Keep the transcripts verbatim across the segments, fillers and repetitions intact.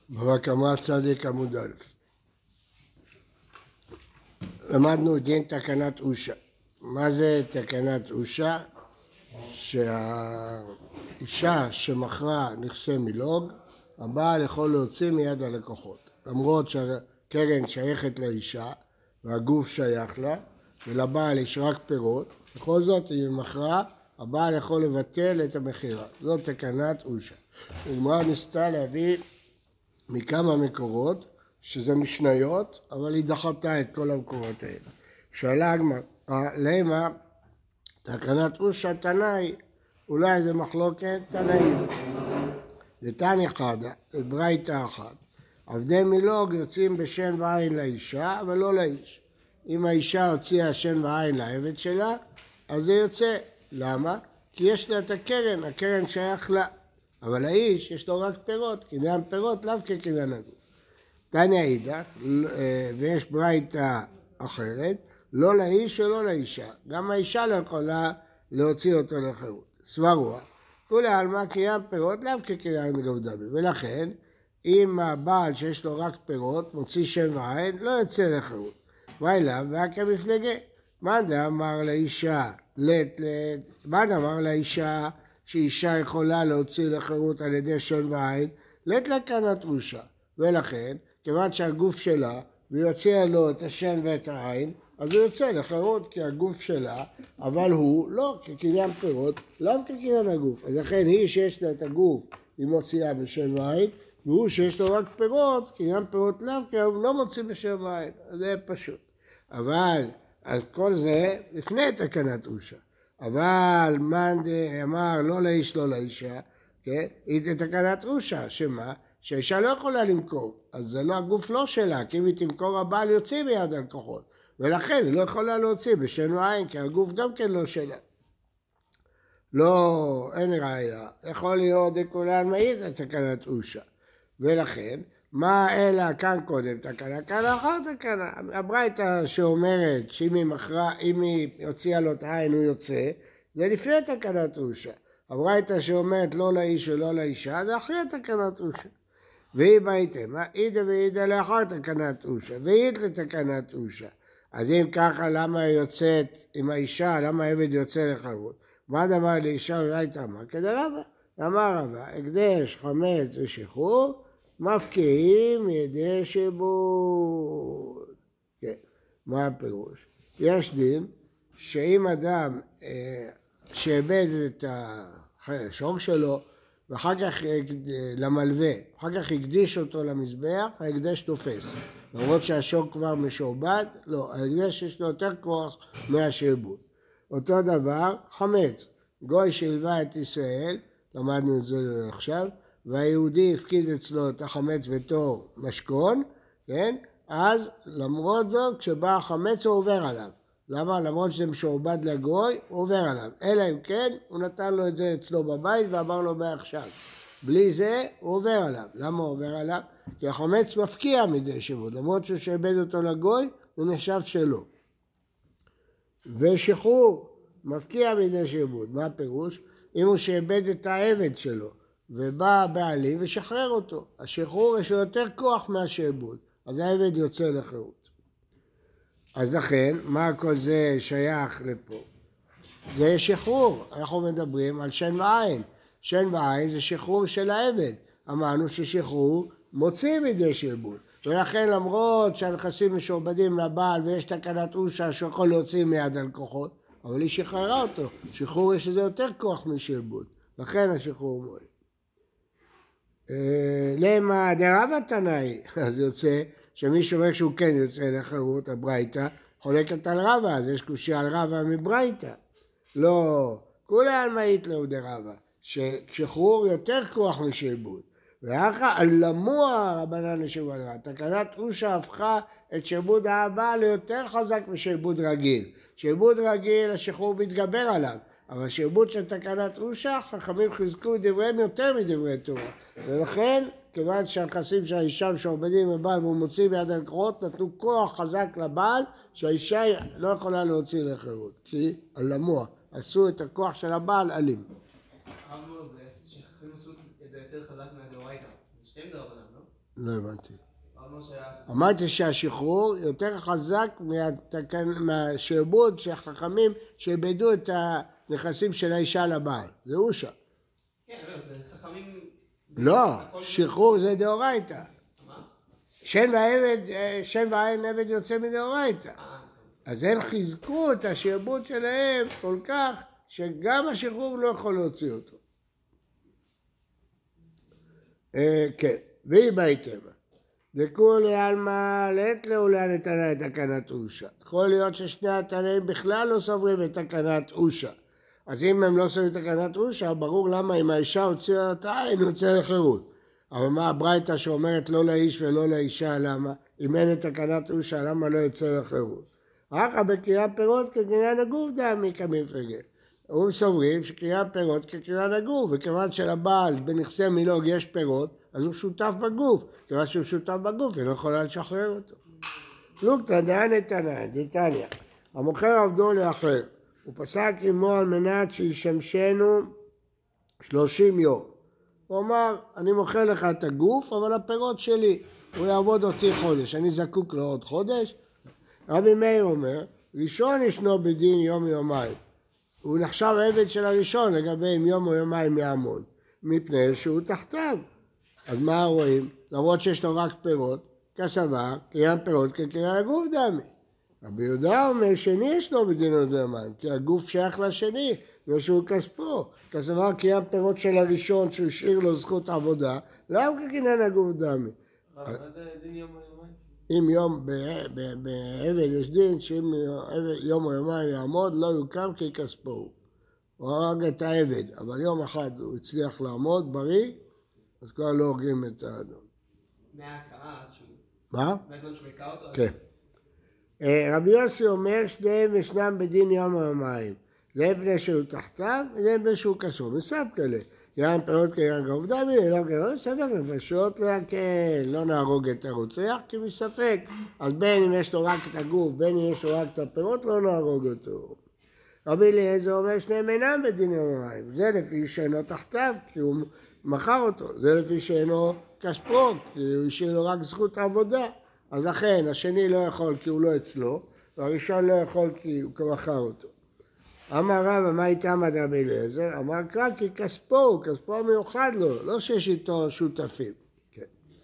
בבא קמא צדיק עמוד א'. למדנו דין תקנת אושה. מה זה תקנת אושה? שהאישה שמכרה נכסי מילוג, הבעל יכול להוציא מיד הלקוחות. למרות שהקרן שייכת לאישה והגוף שייך לה, ולבעל יש רק פירות, בכל זאת אם היא מכרה, הבעל יכול לבטל את המכירה. זאת תקנת אושה. הגמרא ניסתה להביא מכמה מקורות, שזה משניות, אבל היא דחתה את כל המקורות האלה. שאלה הגמרא, למה תקנת אושה תנאי, אולי זה מחלוקת תנאים. דתניא חדא, ברייתא אחת, עבדי מילוג יוצאים בשן ועין לאישה, אבל לא לאיש. אם האישה הוציאה שן ועין לעבד שלה, אז זה יוצא. למה? כי יש לה את הקרן, הקרן שייך לה. אבל האיש יש לו רק פירות, קניין פירות לאו כקניין הגוף. תניא אידך, ויש ברייתא אחרת, לא לאיש ולא לאישה. גם האישה לא יכולה להוציא אותו לחירות. סברוה, כולי עלמא קניין פירות לאו כקניין גוף דמי. ולכן, אם הבעל שיש לו רק פירות, מוציא שם ועין, לא יוצא לחירות. מה אליו? והקה מפלגה. מה דאמר לאישה? לת, לת. מה דאמר לאישה? שאישה יכולה להוציא לחירות על ידי שם ועין, לת לקנת אושה. ולכן, כיוון שהגוף שלה, והיא הוציאה לו את השן ואת העין, אז הוא יוצא לחירות כי הגוף שלה, אבל הוא לא כקניין פירות, לא כקניין הגוף. אז לכן היא שיש לה את הגוף, היא מוציאה בשם ועין, והוא שיש לו רק פירות, קניין פירות לאו, כי הוא לא מוציא בשם ועין. אז זה פשוט. אבל, אז כל זה לפני תקנת אושה. אבל מאן אמר לא לאיש לא לאישה, כן? היא תקנת אושה, שמה? שהאישה לא יכולה למכור, אז זה לא, הגוף לא שלה, כי אם היא תמכור הבעל יוציא מיד הלקוחות, ולכן היא לא יכולה להוציא בשן ועין, כי הגוף גם כן לא שלה. לא, אין ראיה, יכול להיות דכולן מעיד על תקנת אושה, ולכן, מה אלא כאן קודם תקנה, כאן אחר תקנה, הברייתא שאומרת שאם היא מכרה, אם היא הוציאה לו את העין הוא יוצא, זה לפני תקנת אושה. הברייתא שאומרת לא לאיש ולא לאישה, זה אחרי תקנת אושה. והיא בהתאם, אידה ואידה לאחר תקנת אושה, ואית לתקנת אושה. אז אם ככה, למה היא יוצאת עם האישה, למה העבד יוצא לחירות? מה דבר לאישה אולי אמר? כדרבה, אמר רבה, הקדש, חמץ ושחרור, מפקיעים ידי שיבוד. כן, מה הפירוש? יש דין שאם אדם אה, שאיבד את השור שלו, ואחר כך למלווה, אחר כך הקדיש אותו למזבח, ההקדש תופס. למרות שהשור כבר משועבד, לא, ההקדש יש לו יותר כוח מהשעבוד. אותו דבר, חמץ. גוי שהלווה את ישראל, למדנו את זה עכשיו, והיהודי הפקיד אצלו את החמץ בתור משכון, כן? אז למרות זאת, כשבא החמץ הוא עובר עליו. למה? למרות שזה משועבד לגוי, הוא עובר עליו. אלא אם כן, הוא נתן לו את זה אצלו בבית ואמר לו מעכשיו. בלי זה, הוא עובר עליו. למה הוא עובר עליו? כי החמץ מפקיע מדי שיבוד. למרות שהוא שעבד אותו לגוי, הוא נחשב שלו. ושחרור, מפקיע מדי שיבוד. מה הפירוש? אם הוא שעבד את העבד שלו, ובא הבעלים ושחרר אותו. השחרור יש לו יותר כוח מהשעבוד. אז העבד יוצא לחירות. אז לכן, מה כל זה שייך לפה? זה שחרור, אנחנו מדברים על שן ועין. שן ועין זה שחרור של העבד. אמרנו ששחרור מוציא מידי שעבוד. ולכן למרות שהנכסים משועבדים לבעל ויש תקנת אושה שיכול להוציא מיד הלקוחות, אבל היא שחררה אותו. שחרור יש לזה יותר כוח משעבוד. לכן השחרור מועיל. למה דרבא תנאי, אז יוצא שמי שאומר שהוא כן יוצא לחירות הברייתא, חולקת על רבא, אז יש קושיה על רבא מברייתא. לא, כולי עלמאית לו דרבא, ששחרור יותר כוח משעבוד. ואחר למוע רבנן לשעבוד רבא. תקנת אושה הפכה את שעבוד האבא ליותר חזק משעבוד רגיל. שעבוד רגיל השחרור מתגבר עליו. אבל שעבוד של תקנת אושה, חכמים חיזקו דבריהם יותר מדברי תורה. ולכן, כיוון שהנכסים של האישה שעובדים בבעל והוא מוציא ביד הלקוחות, נתנו כוח חזק לבעל שהאישה לא יכולה להוציא לחירות. כי הלמוע, עשו את הכוח של הבעל אלים. אמרו זה שחכמים עשו את זה יותר חזק מהדאורייתא. זה שתיים דרבנן, לא? לא הבנתי. אמרתי שהשחרור יותר חזק מהשעבוד שהחכמים שאיבדו את הנכסים של האישה לבעל. זה אושה. כן, זה חכמים... לא, שחרור זה דאורייתא. מה? שן ועבד, שן ועין עבד יוצא מדאורייתא. אז הם חיזקו את השעבוד שלהם כל כך שגם השחרור לא יכול להוציא אותו. כן, והיא בהיטבע. דכולי עלמא לית לעולה נתנה את תקנת אושה. יכול להיות ששני התנאים בכלל לא סוברים את תקנת אושה. אז אם הם לא סוברים את תקנת אושה, ברור למה אם האישה הוציאה את העין, הוא יוצא לחירות. אבל מה הברייתא שאומרת לא לאיש ולא לאישה, למה? אם אין את תקנת אושה, למה לא יוצא לחירות? אחר בקריאה פירות כקניין הגוף דמי כמפלגה. הם סוברים שקריאה פירות כקניין הגוף, וכיוון שלבעל בנכסי מילוג יש פירות, אז הוא שותף בגוף. כיוון שהוא שותף בגוף, היא לא יכולה לשחרר אותו. פלוגתא דעה נתנה, דתניא. המוכר עבדו לאחר. הוא פסק עמו על מנת שישמשנו שלושים יום. הוא אמר, אני מוכר לך את הגוף, אבל הפירות שלי. הוא יעבוד אותי חודש, אני זקוק לו עוד חודש. רבי מאיר אומר, ראשון ישנו בדין יום יומיים. הוא נחשב עבד של הראשון לגבי אם יום או יומיים יעמוד, מפני שהוא תחתיו. אז מה רואים? למרות שיש לו רק פירות, כסבה, קריין פירות כקריין הגוף דמי. רבי יהודה אומר, שני יש לו בדין עוד יומיים, כי הגוף שייך לשני, ושהוא כספו. כסבה, קריין פירות של הראשון, שהוא השאיר לו זכות עבודה, למה כקריין הגוף דמי? מה זה דין יום או יומיים? אם יום בעבד יש דין, שאם יום או יומיים יעמוד, לא יוקם כי כספו הוא. הוא הרג את העבד, אבל יום אחד הוא הצליח לעמוד בריא, אז כבר לא הורגים את האדון. מההכרה שהוא... מה? מהזמן שהוא הכר אותו? כן. רבי יוסי אומר, שניהם ישנם בדין יום או יומיים. זה בני שהוא תחתיו, וזה בני שהוא כספו. מסף כאלה. יין פירות כיין גוף דמי, לא כיין ספק נפשות להקל, לא נהרוג את הרוצח כי מספק. אז בין אם יש לו רק את הגוף, בין אם יש לו רק את הפירות, לא נהרוג אותו. רבי אליעזר אומר שניהם אינם בדין יום יומיים. זה לפי שאינו תחתיו, כי הוא מכר אותו. זה לפי שאינו כספו, כי הוא השאיר לו רק זכות עבודה. אז לכן, השני לא יכול כי הוא לא אצלו, והראשון לא יכול כי הוא מכר אותו. אמר רבא, מה איתם עד רבי אליעזר? אמר קרא כי כספו הוא, כספו מיוחד לו, לא שיש איתו שותפים. כן.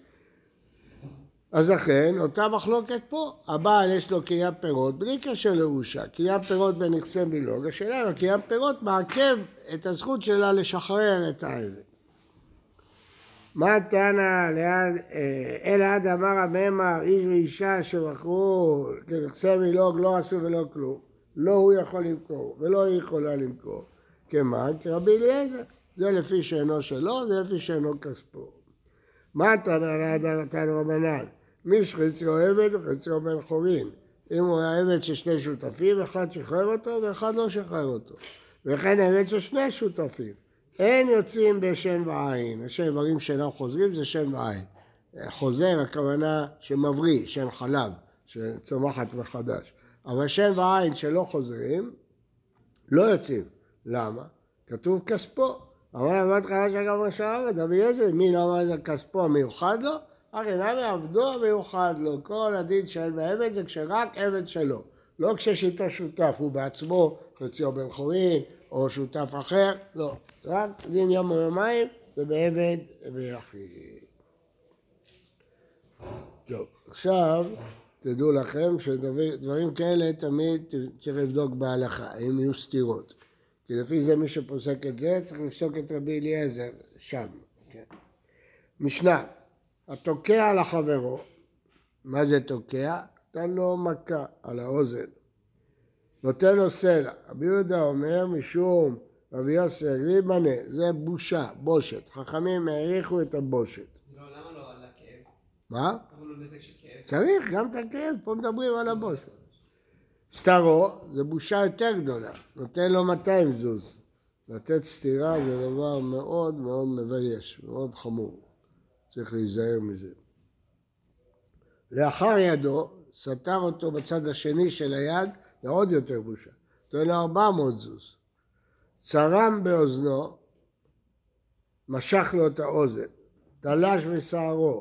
אז לכן, אותה מחלוקת פה, הבעל יש לו קריין פירות, בלי קשר לאושה, קריין פירות בנכסי מילוג, השאלה היא, קריין פירות מעכב את הזכות שלה לשחרר את העבד. מה טענה ליד, אלא עד אמר המאמר, איש ואישה שמכרו כנכסי מילוג לא עשו ולא כלום. לא הוא יכול למכור, ולא היא יכולה למכור. כמעט, כרבי אליעזר. זה לפי שאינו שלו, זה לפי שאינו כספו. מה תנא תנא רבנן? מי שחציו עבד וחציו בן חורין. אם הוא היה עבד של שני שותפים, אחד שחרר אותו ואחד לא שחרר אותו. וכן עבד של שני שותפים. אין יוצאים בשן ועין. השם דברים שאינם חוזרים זה שן ועין. חוזר הכוונה שמבריא, שן חלב, שצומחת מחדש. אבל שם ועין שלא חוזרים, לא יוצאים. למה? כתוב כספו. אבל אמרת לך שגם השעה ודבי איזה, מי לא אמר זה כספו מיוחד לו? הרי נמי עבדו מיוחד לו. כל הדין שאין בעבד זה כשרק עבד שלו. לא כששיטו שותף, הוא בעצמו חציו בן חורין או שותף אחר, לא. רק דין יום או יומיים זה בעבד ויחיד. טוב, עכשיו... תדעו לכם שדברים כאלה תמיד צריך לבדוק בהלכה, אם יהיו סתירות. כי לפי זה מי שפוסק את זה צריך לפסוק את רבי אליעזר שם. כן. משנה, התוקע לחברו, מה זה תוקע? נתן לו מכה על האוזן. נותן לו סלע. רבי יהודה אומר משום רבי יוסי ריבנה, זה בושה, בושת. חכמים העריכו את הבושת. לא, למה לא על הכאב? מה? למה לא נזק של כאב? צריך, גם את הכאב, פה מדברים על הבושת. סתרו, זה בושה יותר גדולה, נותן לו מאתיים זוז. לתת סתירה זה דבר מאוד מאוד מבייש, מאוד חמור. צריך להיזהר מזה. לאחר ידו, סתר אותו בצד השני של היד, זה עוד יותר בושה. נותן לו ארבע מאות זוז. צרם באוזנו, משך לו את האוזן, תלש בשערו,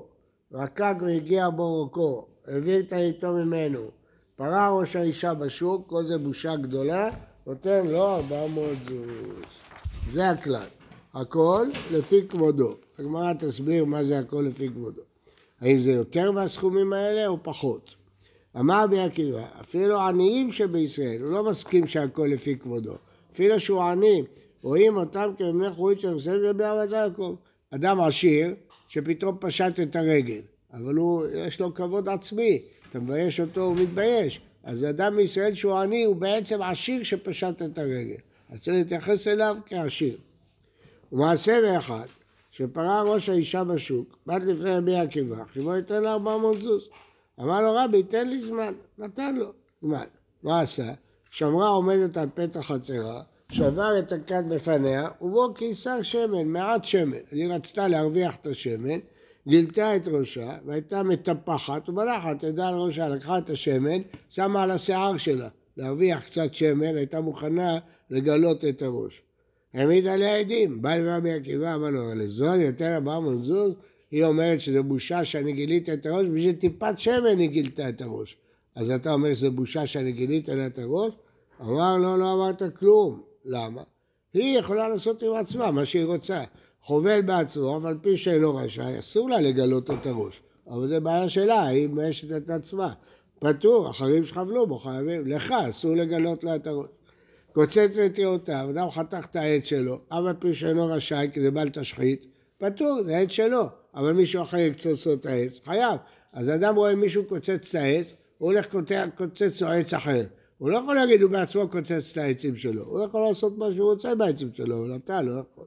רקק והגיע בורוקו, העביר את העיתו ממנו, פרע ראש האישה בשוק, כל זה בושה גדולה, נותן לו ארבע מאות זוז. זה הכלל. הכל לפי כבודו. הגמרא תסביר מה זה הכל לפי כבודו. האם זה יותר מהסכומים האלה או פחות? אמר רבי עקיבא, אפילו עניים שבישראל, הוא לא מסכים שהכל לפי כבודו. אפילו שהוא עני, רואים אותם כמבנה חורית של ישראל ובני ארץ יעקב. אדם עשיר שפתאום פשט את הרגל, אבל הוא, יש לו כבוד עצמי, אתה מבייש אותו, הוא מתבייש. אז אדם מישראל שהוא עני הוא בעצם עשיר שפשט את הרגל. אז צריך להתייחס אליו כעשיר. ומעשה באחד, שפרע ראש האישה בשוק, בת לפני רבי עקיבא, חיבו ייתן לה ארבע מאות זוז. אמר לו רבי, תן לי זמן, נתן לו זמן. מה עשה? שמרה עומדת על פתח חצרה, שבר את הכד בפניה, ובו קיסר שמן, מעט שמן. היא רצתה להרוויח את השמן, גילתה את ראשה, והייתה מטפחת ומלחת, ידעה על ראשה, לקחה את השמן, שמה על השיער שלה, להרוויח קצת שמן, הייתה מוכנה לגלות את הראש. העמיד עליה עדים, בא לרבי עקיבא, אמר לו, לזו אני נותן ארבע מאות זוז, היא אומרת שזה בושה שאני גילית את הראש, בשביל טיפת שמן היא גילתה את הראש. אז אתה אומר שזה בושה שאני גילית לה את הראש? אמר לו, לא אמרת כלום. למה? היא יכולה לעשות עם עצמה מה שהיא רוצה. חובל בעצמו, אבל פי שאינו רשאי, אסור לה לגלות את הראש. אבל זה בעיה שלה, היא מאשת את עצמה. פטור, אחרים שחבלו בו, חייבים, לך אסור לגלות לה את הראש. קוצץ רטיעותיו, אדם חתך את העץ שלו, אבל פי שאינו רשאי, כי זה בל תשחית, פטור, זה העץ שלו. אבל מישהו אחר יקצוץ לו את העץ, חייב. אז אדם רואה מישהו קוצץ את העץ, הוא הולך קוצץ לו עץ אחר. הוא לא יכול להגיד, הוא בעצמו קוצץ את העצים שלו. הוא יכול לעשות מה שהוא רוצה בעצים שלו, אבל אתה לא יכול.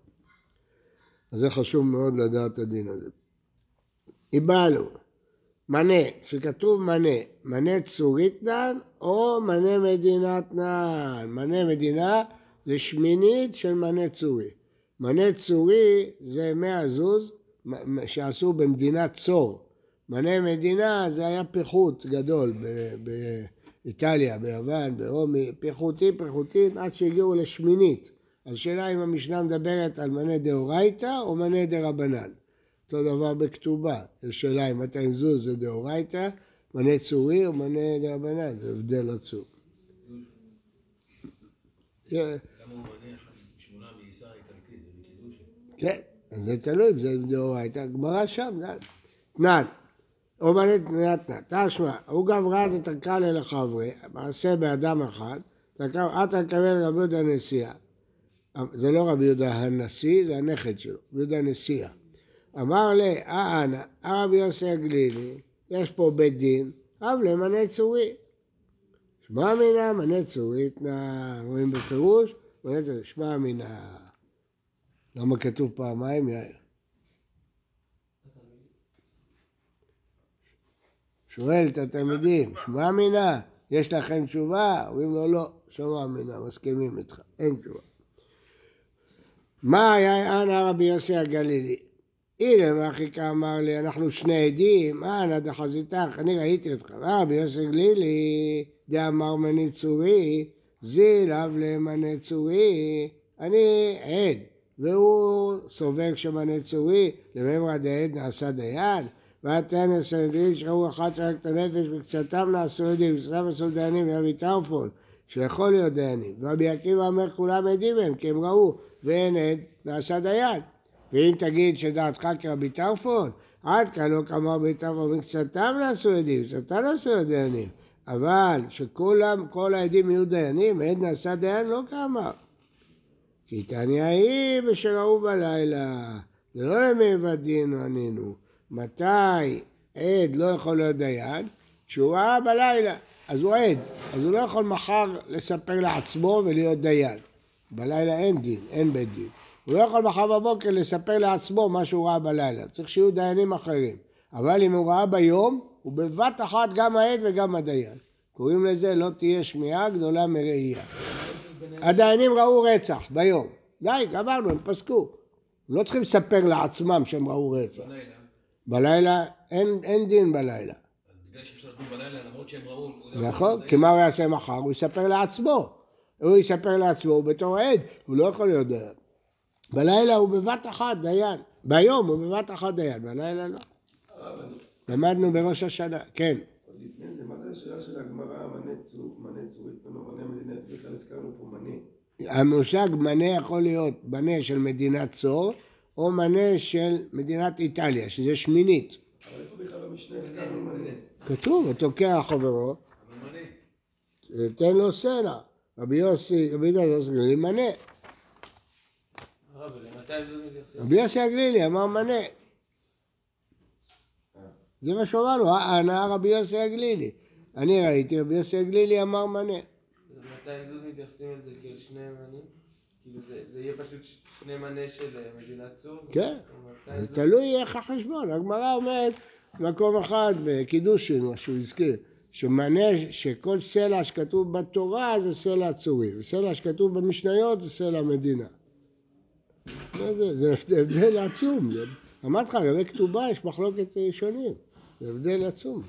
אז זה חשוב מאוד לדעת הדין הזה. איבאלו, מנה, שכתוב מנה, מנה צורית נען או מנה מדינת נען. מנה מדינה זה שמינית של מנה צורי. מנה צורי זה מאה זוז שעשו במדינת צור. מנה מדינה זה היה פיחות גדול באיטליה, ביוון, ברומי, פיחותים, פיחותים עד שהגיעו לשמינית. אז שאלה אם המשנה מדברת על מנה דאורייתא או מנה דרבנן. אותו דבר בכתובה. זו שאלה אם אתה עם זוז זה דאורייתא, מנה צורי או מנה דרבנן. זה הבדל עצום. למה הוא מנה שמונה בעיסה איטלקית? זה בקידוש? כן, אז זה תלוי, זה דאורייתא. גמרא שם, נען. או מנה נתנה. תשמע, הוא גם רד את הקל אל החברי, מעשה באדם אחד, אתה מקבל רבי יהודה הנשיאה. זה לא רבי יהודה הנשיא, זה הנכד שלו, רבי יהודה הנשיאה. אמר לי, אה אנא, הרבי יוסי הגלילי, יש פה בית דין, רב למנה צורי. שמע מינה, מנה צורית, רואים בפירוש, מנה צורי, שמע מינה. למה כתוב פעמיים, יאיר? שואל את התלמידים, שמע מינה, יש לכם תשובה? אומרים לו לא, שמע מינה, מסכימים איתך, אין תשובה. מה היה אנא רבי יוסי הגלילי? הנה מחיקה אמר לי, אנחנו שני עדים, אנא דחזיתך, אני ראיתי אותך, רבי יוסי הגלילי, דאמר מני צורי, זילב למנה צורי, אני עד, והוא סובר שמנה צורי, לממרא דעד נעשה דיין, והתנא סנהדרין שראו אחת שרק את הנפש וקצתם נעשו עדים, וסתם עשו דיינים ורבי טרפון, שיכול להיות דיינים. ורבי עקיבא אומר כולם עדים הם, כי הם ראו, ואין עד נעשה דיין. ואם תגיד שדעתך כרבי טרפון, עד כאן לא כאמר רבי טרפון, וקצתם נעשו עדים, וקצתם נעשו דיינים. אבל שכולם, כל העדים יהיו דיינים, עד נעשה דיין לא כאמר. כי תניא היא ושראו בלילה, זה לא למעבד דין ענינו. מתי עד לא יכול להיות דיין? כשהוא ראה בלילה, אז הוא עד. אז הוא לא יכול מחר לספר לעצמו ולהיות דיין. בלילה אין דין, אין בית דין. הוא לא יכול מחר בבוקר לספר לעצמו מה שהוא ראה בלילה. צריך שיהיו דיינים אחרים. אבל אם הוא ראה ביום, הוא בבת אחת גם העד וגם הדיין. קוראים לזה לא תהיה שמיעה גדולה מראייה. הדיינים ראו רצח ביום. די, גמרנו, הם פסקו. הם לא צריכים לספר לעצמם שהם ראו רצח. בלילה, אין, אין דין בלילה. בגלל שאפשר לדון בלילה, למרות שהם ראו... נכון, כי מה הוא יעשה מחר? הוא יספר לעצמו. הוא יספר לעצמו, הוא בתור עד, הוא לא יכול להיות דיין. בלילה הוא בבת אחת דיין. ביום הוא בבת אחת דיין, בלילה לא. למדנו בראש השנה, כן. עוד לפני זה, מה זה השאלה של הגמרא, מנה צור, מנה צורית, מנה מדינה, בכלל הזכרנו פה מנה. המושג מנה יכול להיות מנה של מדינת צור, או מנה של מדינת איטליה, שזה שמינית. אבל איפה בכלל במשנה הזכרנו מנה? כתוב, ותוקע חברו, מנה. תן לו סלע. רבי יוסי, רבי יוסי הגלילי מנה. הרב, למתי הם לא מתייחסים? רבי יוסי הגלילי אמר מנה. זה מה שהוא אמר לו, הנאה רבי יוסי הגלילי. אני ראיתי, רבי יוסי הגלילי אמר מנה. מתי הם זוז מתייחסים על זה כאל שני מנים? כאילו זה יהיה פשוט שני מנה של מדינת צור? כן, זה תלוי איך החשבון. הגמרא אומרת, מקום אחד בקידושין, מה שהוא הזכיר, שמנה, שכל סלע שכתוב בתורה זה סלע צורי, וסלע שכתוב במשניות זה סלע מדינה. זה, זה הבדל עצום. אמרתי לך, לגבי כתובה יש מחלוקת ראשונים. זה הבדל עצום.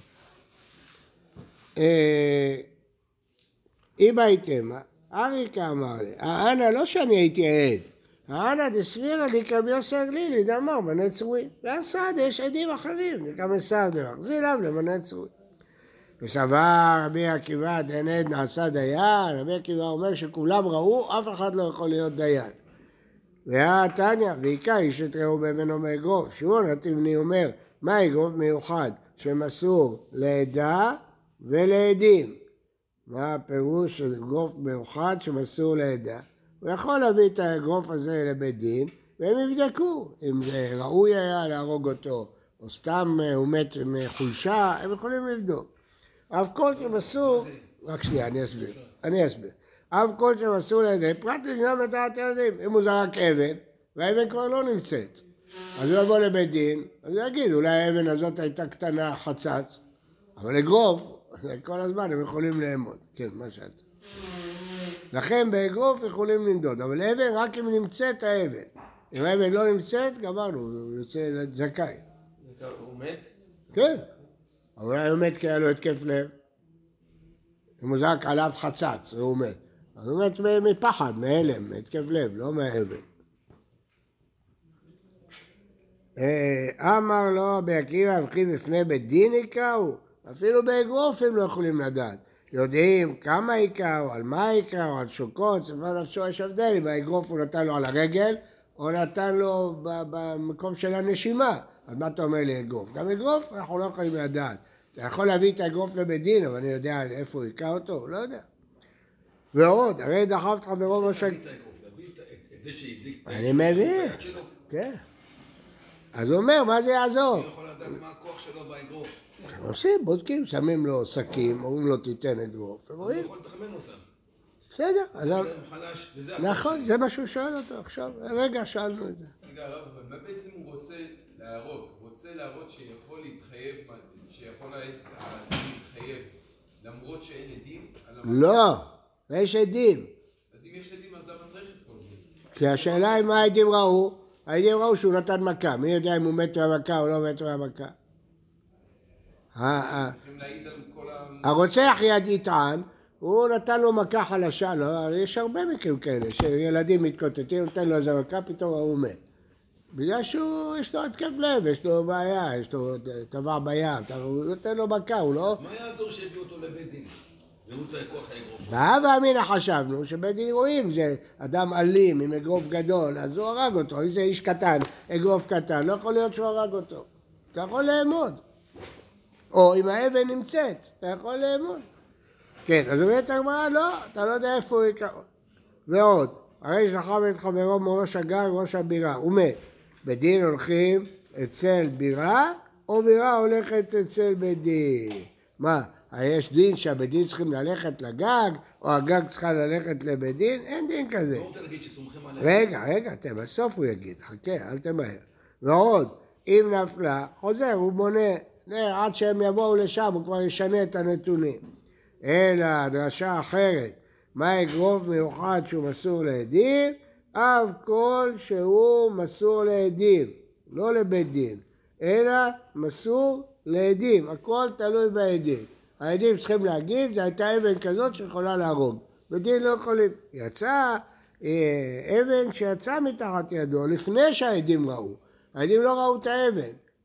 אם הייתם, אריקה אמר לי, האנה לא שאני הייתי עד, האנה דסבירה לי כרבי יוסי הגלילי, דאמר מנה צרוי. והסעד יש עדים אחרים, זה כמה סעד זה אליו למנה צרוי. וסבר רבי עקיבא דן עד נעשה דיין, רבי עקיבא אומר שכולם ראו, אף אחד לא יכול להיות דיין. והתניא, ועיקר איש את ראו באבן או באגרוף, שמעון התבני אומר, מה אגרוף מיוחד שמסור לעדה ולעדים? מה הפירוש של אגרוף מיוחד שמסור לעדה? הוא יכול להביא את האגרוף הזה לבית דין, והם יבדקו אם זה ראוי היה להרוג אותו, או סתם הוא מת מחולשה, הם יכולים לבדוק. אף כל שמסור, רק שנייה, אני אסביר, אני אסביר. אף כל שמסור לידי, פרט לגנוב את הילדים. אם הוא זרק אבן, והאבן כבר לא נמצאת. אז הוא יבוא לבית דין, אז הוא יגיד, אולי האבן הזאת הייתה קטנה, חצץ, אבל אגרוף, כל הזמן הם יכולים לאמוד. כן, מה שאת. לכן באגרוף יכולים למדוד, אבל אבן רק אם נמצאת האבן. אם האבן לא נמצאת, גמרנו, הוא יוצא זכאי. הוא מת? כן, אבל אולי הוא מת כי היה לו התקף לב. אם הוא זרק עליו חצץ, והוא מת. אז הוא מת מפחד, מהלם, מהתקף לב, לא מהאבן. אמר לו בעקיבא אבחי בפני בית דין יקראו, אפילו באגרוף הם לא יכולים לדעת. יודעים כמה יקראו, על מה יקראו, על שוקות, ספר נפשו יש הבדל, אם האגרוף הוא נתן לו על הרגל, או נתן לו במקום של הנשימה. אז מה אתה אומר לי אגרוף? גם אגרוף אנחנו לא יכולים לדעת. אתה יכול להביא את האגרוף לבית דין, אבל אני יודע איפה הוא יקרא אותו, הוא לא יודע. ועוד, הרי דחף את חברו ראש הגג. אני מבין. כן. אז הוא אומר, מה זה יעזור? אני יכול לדעת מה הכוח שלו באגרוף. עושים, בודקים, שמים לו שקים, אומרים לו תיתן אגרוף. הוא יכול לתחמן אותם. בסדר. אז... חלש, וזה... נכון, זה מה שהוא שואל אותו עכשיו. רגע, שאלנו את זה. רגע, הרב, אבל מה בעצם הוא רוצה להראות? הוא רוצה להראות שיכול להתחייב, שיכול להתחייב למרות שאין עדים? לא, יש עדים. אז אם יש עדים, אז למה צריך את כל זה? כי השאלה היא מה העדים ראו. העדים ראו שהוא נתן מכה. מי יודע אם הוא מת מהמכה או לא מת מהמכה? צריכים להעיד על כל ה... הרוצח יטען, הוא נתן לו מכה חלשה, לא? יש הרבה מקרים כאלה, שילדים מתקוטטים, נותן לו איזה מכה, פתאום הוא מת. בגלל שהוא, יש לו התקף לב, יש לו בעיה, יש לו טבע בים, הוא נותן לו מכה, הוא לא... מה יעזור שהביאו אותו לבית דין? והוא את הכוח האגרוף? בהווה אמינא חשבנו שבית דין רואים, זה אדם אלים עם אגרוף גדול, אז הוא הרג אותו, אם זה איש קטן, אגרוף קטן, לא יכול להיות שהוא הרג אותו. אתה יכול לאמוד. או אם האבן נמצאת, אתה יכול לאמוד. כן, אז אומרת הגמרא, לא, אתה לא יודע איפה הוא יקרא. ועוד, הרי שחב את חברו מראש הגג, ראש הבירה, הוא מת. בדין הולכים אצל בירה, או בירה הולכת אצל בית דין. מה, יש דין שהבית דין צריכים ללכת לגג, או הגג צריכה ללכת לבית דין? אין דין כזה. לא רוצה להגיד שסומכים עליהם. רגע, רגע, אתם, בסוף הוא יגיד, חכה, אל תמהר. ועוד, אם נפלה, חוזר, הוא בונה, עד שהם יבואו לשם, הוא כבר ישנה את הנתונים. אלא דרשה אחרת, מה אגרוף מיוחד שהוא מסור לעדים? אף כל שהוא מסור לעדים, לא לבית דין, אלא מסור לעדים, הכל תלוי בעדים. העדים צריכים להגיד, זו הייתה אבן כזאת שיכולה להרוג, בית דין לא יכולים. יצא אבן שיצא מתחת ידו לפני שהעדים ראו, העדים לא ראו את האבן,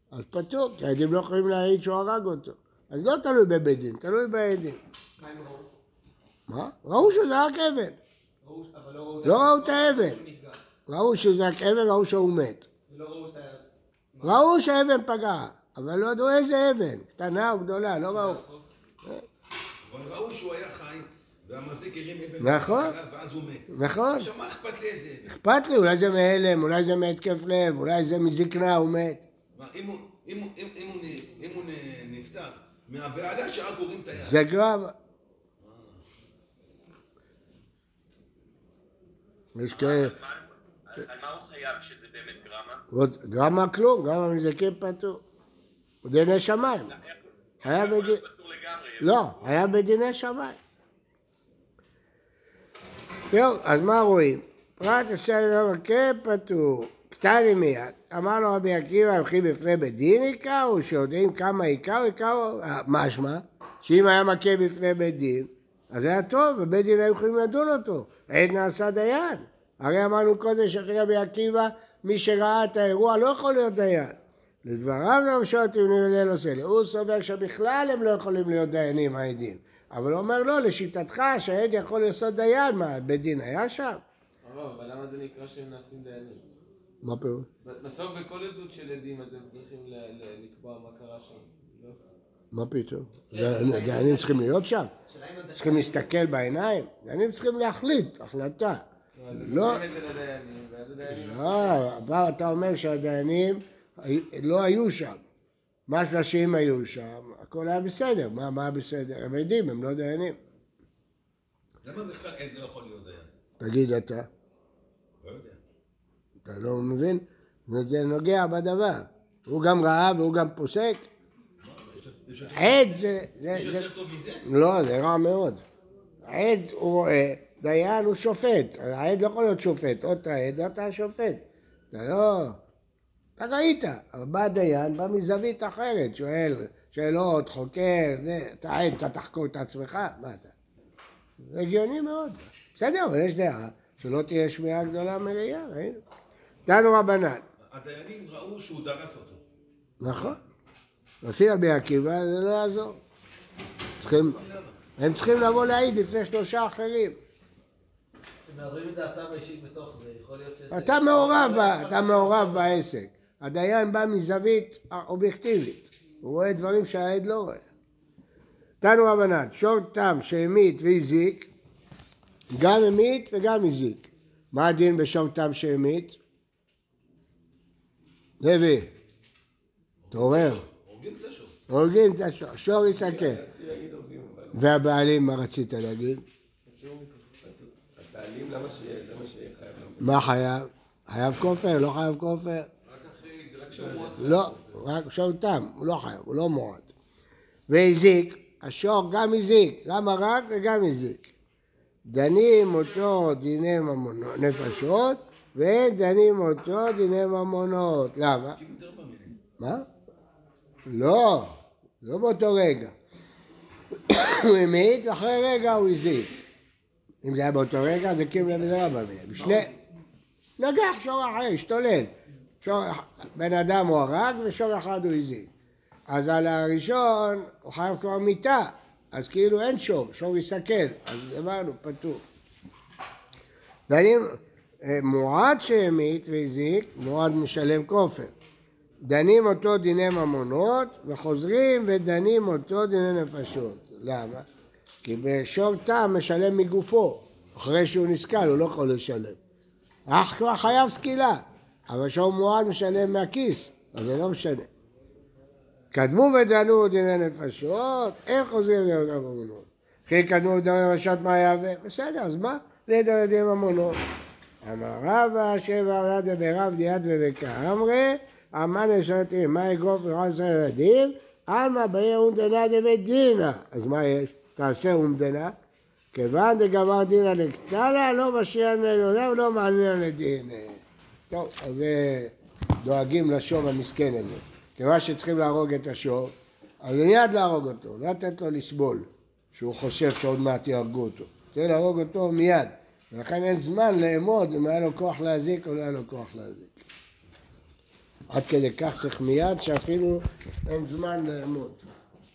אז פטור, כי העדים לא יכולים להעיד שהוא הרג אותו. אז לא תלוי בבית דין, תלוי בעדים. מה הם ראו? מה? ראו שהוא זרק אבן. ראו- אבל לא ראו... לא ראו את האבן. שהוא נפגע. ראו שהוא זרק אבן, ראו שהוא מת. ולא ראו את ה... ראו שהאבן פגע, אבל לא ידעו איזה אבן, קטנה או גדולה, לא ראו. אבל ראו שהוא היה חי, והמזיק הרים אבן. נכון. עליו, ואז הוא מת. נכון. עכשיו מה אכפת לי איזה אבן? אכפת לי, אולי זה מהלם, אולי זה מהתקף לב, אולי זה מזקנה, הוא מת. מה, אם הוא- אם הוא- אם- אם הוא נ- אם הוא נ- נפטר, מהבעדה שרק הורים את היד. זה גרמה. יש כאלה, על מה הוא חייב שזה באמת גרמה? עוד- גרמה כלום, גרמה מזכים פטור. הוא דיני שמיים. היה יכול בדין, להיות פטור לגמרי. לא, היה בדיני שמיים. זהו, אז מה רואים? פרט עשה לדבר כפטור, קטני מיד. אמר לו רבי עקיבא, הולכים בפני בית דין עיקר, שיודעים כמה עיקר, עיקר, משמע, שאם היה מכה בפני בית דין, אז היה טוב, ובית דין היו יכולים לדון אותו. עד נעשה דיין. הרי אמרנו קודם שאחרי רבי עקיבא, מי שראה את האירוע לא יכול להיות דיין. לדבריו גם שעות ימנים וליל עושה. הוא סובר שבכלל הם לא יכולים להיות דיינים העדים. אבל הוא אומר לא, לשיטתך שהעד יכול לעשות דיין, מה, בית דין היה שם? הרב, אבל למה זה נקרא שהם נעשים דיינים? מה פירוש? בסוף בכל עדות של עדים אז הם צריכים ל- ל- לקבוע מה קרה שם. לא? מה פתאום? דיינים צריכים להיות שם? השאלה אם הדיינים- צריכים להסתכל בעיניים? דיינים צריכים להחליט, החלטה. אז לא, הם את זה לדיינים, ואז הדיינים... לא, אבל אתה אומר שהדיינים לא היו שם. משמע שאם היו שם, הכל היה בסדר. מה, מה בסדר? הם עדים, הם לא דיינים. למה בכלל עד לא יכול להיות דיין? תגיד אתה, לא יודע. אתה לא מבין? זה נוגע בדבר. הוא גם ראה והוא גם פוסק. יש יותר- עד זה... זה, יש זה יותר טוב מזה? לא, זה רע מאוד. עד הוא רואה, דיין הוא שופט. העד לא יכול להיות שופט, או אתה עד או אתה שופט. אתה לא... אתה ראית, אבל בא הדיין, בא מזווית אחרת, שואל שאלות, חוקר, זה, אתה עד, אתה תחקור את עצמך, מה אתה? זה הגיוני מאוד. בסדר, אבל יש דעה שלא תהיה שמיעה גדולה מראייה, ראינו. תנו רבנן. הדיינים ראו שהוא דרס אותו. נכון. לפי רבי עקיבא זה לא יעזור. צריכים, הם צריכים לבוא להעיד לפני שלושה אחרים. הם מערבים את דעתם האישית בתוך זה, יכול להיות שזה... אתה מעורב, ב- אתה מעורב בעסק. הדיין בא מזווית אובייקטיבית. הוא רואה דברים שהעד לא רואה. תנו רבנן, שור תם שהמית והזיק, גם המית וגם הזיק. מה הדין בשור תם שהמית? לוי, תעורר. הורגים את השור. הורגים את השור, שור יסכן. והבעלים, מה רצית להגיד? הבעלים, למה שיהיה למה שיהיה חייב למות? מה חייב? חייב כופר? לא חייב כופר? רק אחרי, רק שבועות. לא, רק שור תם, הוא לא חייב, הוא לא מועד. והזיק, השור גם הזיק, גם הרג וגם הזיק. דנים אותו דיני ממונות, נפשות, ודנים אותו דיני ממונות. למה? יותר במילים. מה? לא, לא באותו רגע. הוא המית ואחרי רגע הוא הזיק. אם זה היה באותו רגע, זה קים למדרה במילים. בשני... נגח שור אחר, השתולל. שור... בן אדם הוא הרג ושור אחד הוא הזיק. אז על הראשון הוא חייב כבר מיטה, אז כאילו אין שור, שור יסכן, אז אמרנו, פטור. דנים, מועד שהמית והזיק, מועד משלם כופר. דנים אותו דיני ממונות וחוזרים ודנים אותו דיני נפשות. למה? כי בשור תם משלם מגופו, אחרי שהוא נסכל הוא לא יכול לשלם. אך כבר חייב סקילה, אבל שור מועד משלם מהכיס, אז זה לא משנה. קדמו ודנו דיני נפשות, אין חוזרים דיני ממונות. אחרי קדמו דיני נפשות מה יהווה? בסדר, אז מה? לדבר דיני ממונות. אמר רבא שבע עולה דברב דיית ובקאמרי, אמן נשאתי, מה יגרוף ורב עשרה ילדים? עלמא בעיר אומדנה דבית דינה. אז מה יש? תעשה אומדנה. כיוון דגמר דינה לקטלה, לא משיען לעולם, לא מעניין לדין. טוב, אז דואגים לשור המסכן הזה. כיוון שצריכים להרוג את השור, אז מיד להרוג אותו, לא לתת לו לסבול, שהוא חושב שעוד מעט יהרגו אותו. צריך להרוג אותו מיד. ולכן אין זמן לאמוד אם היה לו כוח להזיק או לא היה לו כוח להזיק. עד כדי כך צריך מיד שאפילו אין זמן לאמוד.